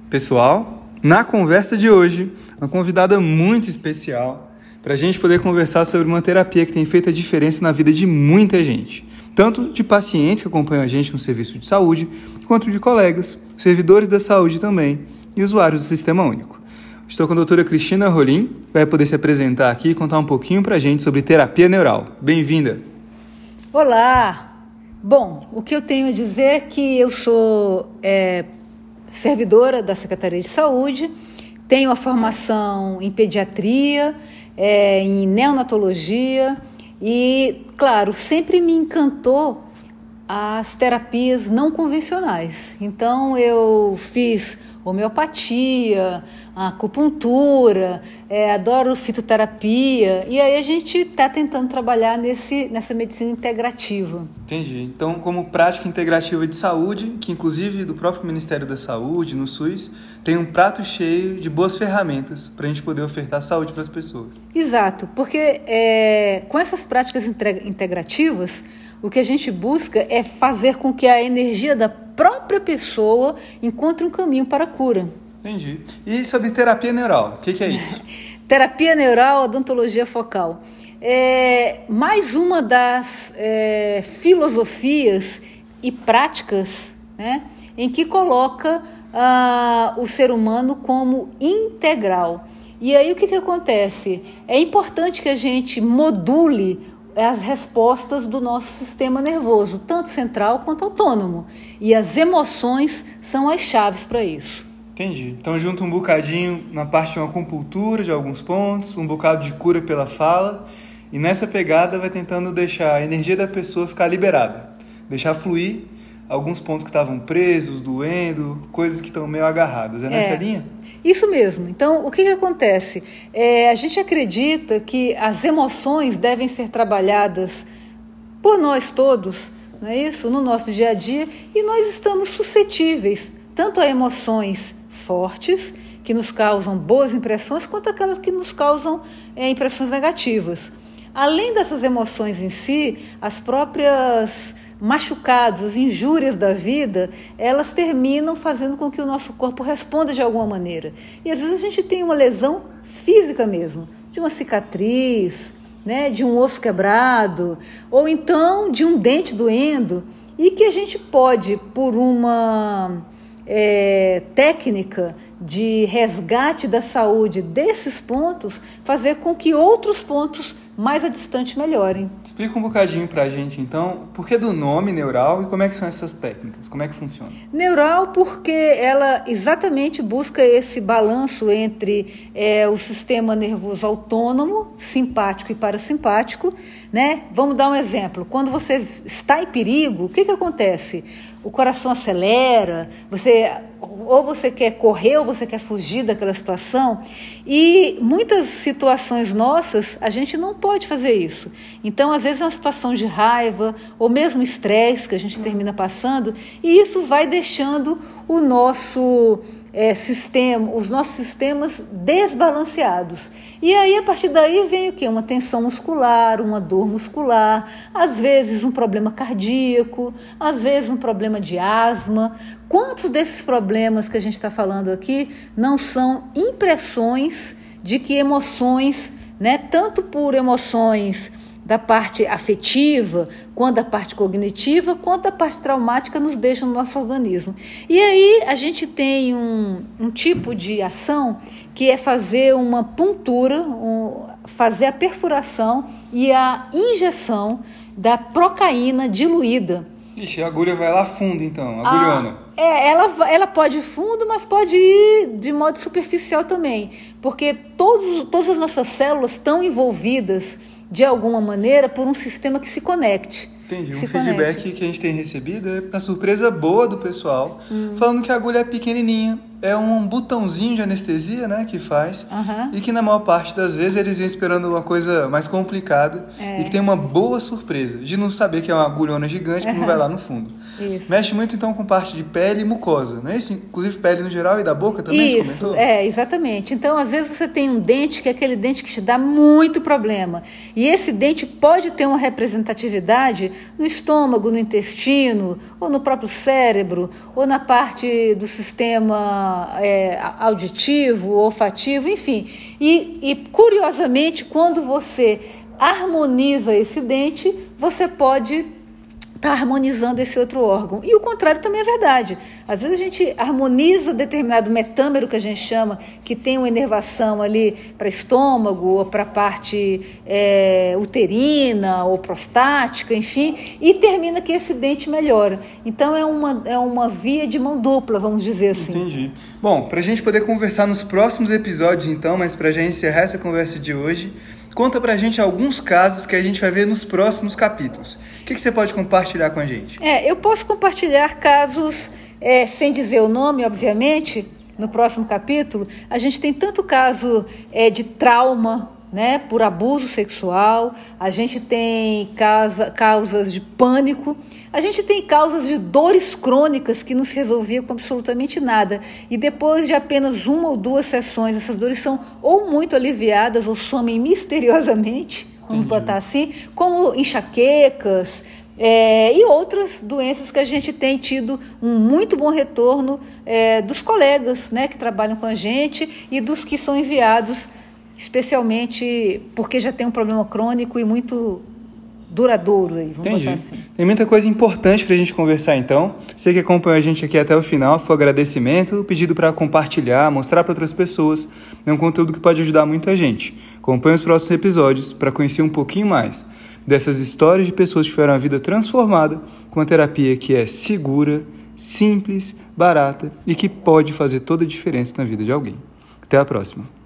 Pessoal, na conversa de hoje, uma convidada muito especial para a gente poder conversar sobre uma terapia que tem feito a diferença na vida de muita gente, tanto de pacientes que acompanham a gente no serviço de saúde, quanto de colegas, servidores da saúde também e usuários do Sistema Único. Estou com a doutora Cristina Rolim, que vai poder se apresentar aqui e contar um pouquinho para a gente sobre terapia neural. Bem-vinda! Olá! Bom, o que eu tenho a dizer é que eu sou servidora da Secretaria de Saúde, tenho a formação em pediatria, em neonatologia e, claro, sempre me encantou as terapias não convencionais. Então, eu fiz homeopatia, acupuntura, adoro fitoterapia, e aí a gente está tentando trabalhar nessa medicina integrativa. Entendi. Então, como prática integrativa de saúde, que inclusive do próprio Ministério da Saúde, no SUS, tem um prato cheio de boas ferramentas para a gente poder ofertar saúde para as pessoas. Exato, porque com essas práticas integrativas, o que a gente busca é fazer com que a energia da própria pessoa encontre um caminho para a cura. Entendi. E sobre terapia neural, o que é isso? Terapia neural, odontologia focal. Mais uma das filosofias e práticas, né, em que coloca o ser humano como integral. E aí o que acontece? É importante que a gente module as respostas do nosso sistema nervoso, tanto central quanto autônomo. E as emoções são as chaves para isso. Entendi. Então junta um bocadinho na parte de uma acupuntura de alguns pontos, um bocado de cura pela fala, e nessa pegada vai tentando deixar a energia da pessoa ficar liberada, deixar fluir alguns pontos que estavam presos, doendo, coisas que estão meio agarradas. É nessa linha? Isso mesmo. Então, o que acontece? A gente acredita que as emoções devem ser trabalhadas por nós todos, não é isso? No nosso dia a dia, e nós estamos suscetíveis tanto a emoções fortes, que nos causam boas impressões, quanto aquelas que nos causam impressões negativas. Além dessas emoções em si, as próprias machucados, as injúrias da vida, elas terminam fazendo com que o nosso corpo responda de alguma maneira. E às vezes a gente tem uma lesão física mesmo, de uma cicatriz, né, de um osso quebrado, ou então de um dente doendo, e que a gente pode, por uma técnica de resgate da saúde desses pontos, fazer com que outros pontos mais a distante melhorem. Explica um bocadinho pra gente, então, por que do nome neural e como é que são essas técnicas? Como é que funciona? Neural porque ela exatamente busca esse balanço entre o sistema nervoso autônomo, simpático e parasimpático, né? Vamos dar um exemplo. Quando você está em perigo, o que acontece? O coração acelera, ou você quer correr ou você quer fugir daquela situação, e muitas situações nossas a gente não pode fazer isso. Então, às vezes é uma situação de raiva ou mesmo estresse que a gente termina passando, e isso vai deixando o nosso sistema, os nossos sistemas desbalanceados. E aí, a partir daí, vem o quê? Uma tensão muscular, uma dor muscular, às vezes um problema cardíaco, às vezes um problema de asma. Quantos desses problemas que a gente está falando aqui não são impressões de que emoções, né, tanto por emoções da parte afetiva, quanto da parte cognitiva, quanto da parte traumática nos deixam no nosso organismo. E aí a gente tem um tipo de ação que é fazer uma puntura, fazer a perfuração e a injeção da procaína diluída. Ixi, a agulha vai lá fundo então, agulhona. Ela pode ir fundo, mas pode ir de modo superficial também, porque todas as nossas células estão envolvidas de alguma maneira por um sistema que se conecte. Entendi. Um feedback que a gente tem recebido é a surpresa boa do pessoal, falando que a agulha é pequenininha, é um botãozinho de anestesia, né, que faz, e que na maior parte das vezes eles vêm esperando uma coisa mais complicada e que tem uma boa surpresa de não saber que é uma agulhona gigante que não vai lá no fundo. Isso. Mexe muito então com parte de pele e mucosa, não é isso? Inclusive pele no geral e da boca também, Isso, você comentou? exatamente. Então, às vezes você tem um dente que é aquele dente que te dá muito problema. E esse dente pode ter uma representatividade no estômago, no intestino, ou no próprio cérebro, ou na parte do sistema auditivo, olfativo, enfim. E curiosamente, quando você harmoniza esse dente, você pode estar harmonizando esse outro órgão. E o contrário também é verdade. Às vezes a gente harmoniza determinado metâmero, que a gente chama, que tem uma inervação ali para estômago, ou para a parte uterina, ou prostática, enfim, e termina que esse dente melhora. Então é uma via de mão dupla, vamos dizer assim. Entendi. Bom, para a gente poder conversar nos próximos episódios então, mas para já encerrar essa conversa de hoje, conta pra gente alguns casos que a gente vai ver nos próximos capítulos. O que você pode compartilhar com a gente? Eu posso compartilhar casos, sem dizer o nome, obviamente, no próximo capítulo. A gente tem tanto caso de trauma, né, por abuso sexual, a gente tem causas de pânico, a gente tem causas de dores crônicas que não se resolvia com absolutamente nada. E depois de apenas 1 ou 2 sessões, essas dores são ou muito aliviadas ou somem misteriosamente, vamos botar assim, como enxaquecas, e outras doenças que a gente tem tido um muito bom retorno dos colegas, né, que trabalham com a gente e dos que são enviados, especialmente porque já tem um problema crônico e muito duradouro aí, vamos botar assim. Tem muita coisa importante para a gente conversar então. Você que acompanhou a gente aqui até o final, foi agradecimento, pedido para compartilhar, mostrar para outras pessoas. É um conteúdo que pode ajudar muita gente. Acompanhe os próximos episódios para conhecer um pouquinho mais dessas histórias de pessoas que tiveram a vida transformada com uma terapia que é segura, simples, barata e que pode fazer toda a diferença na vida de alguém. Até a próxima.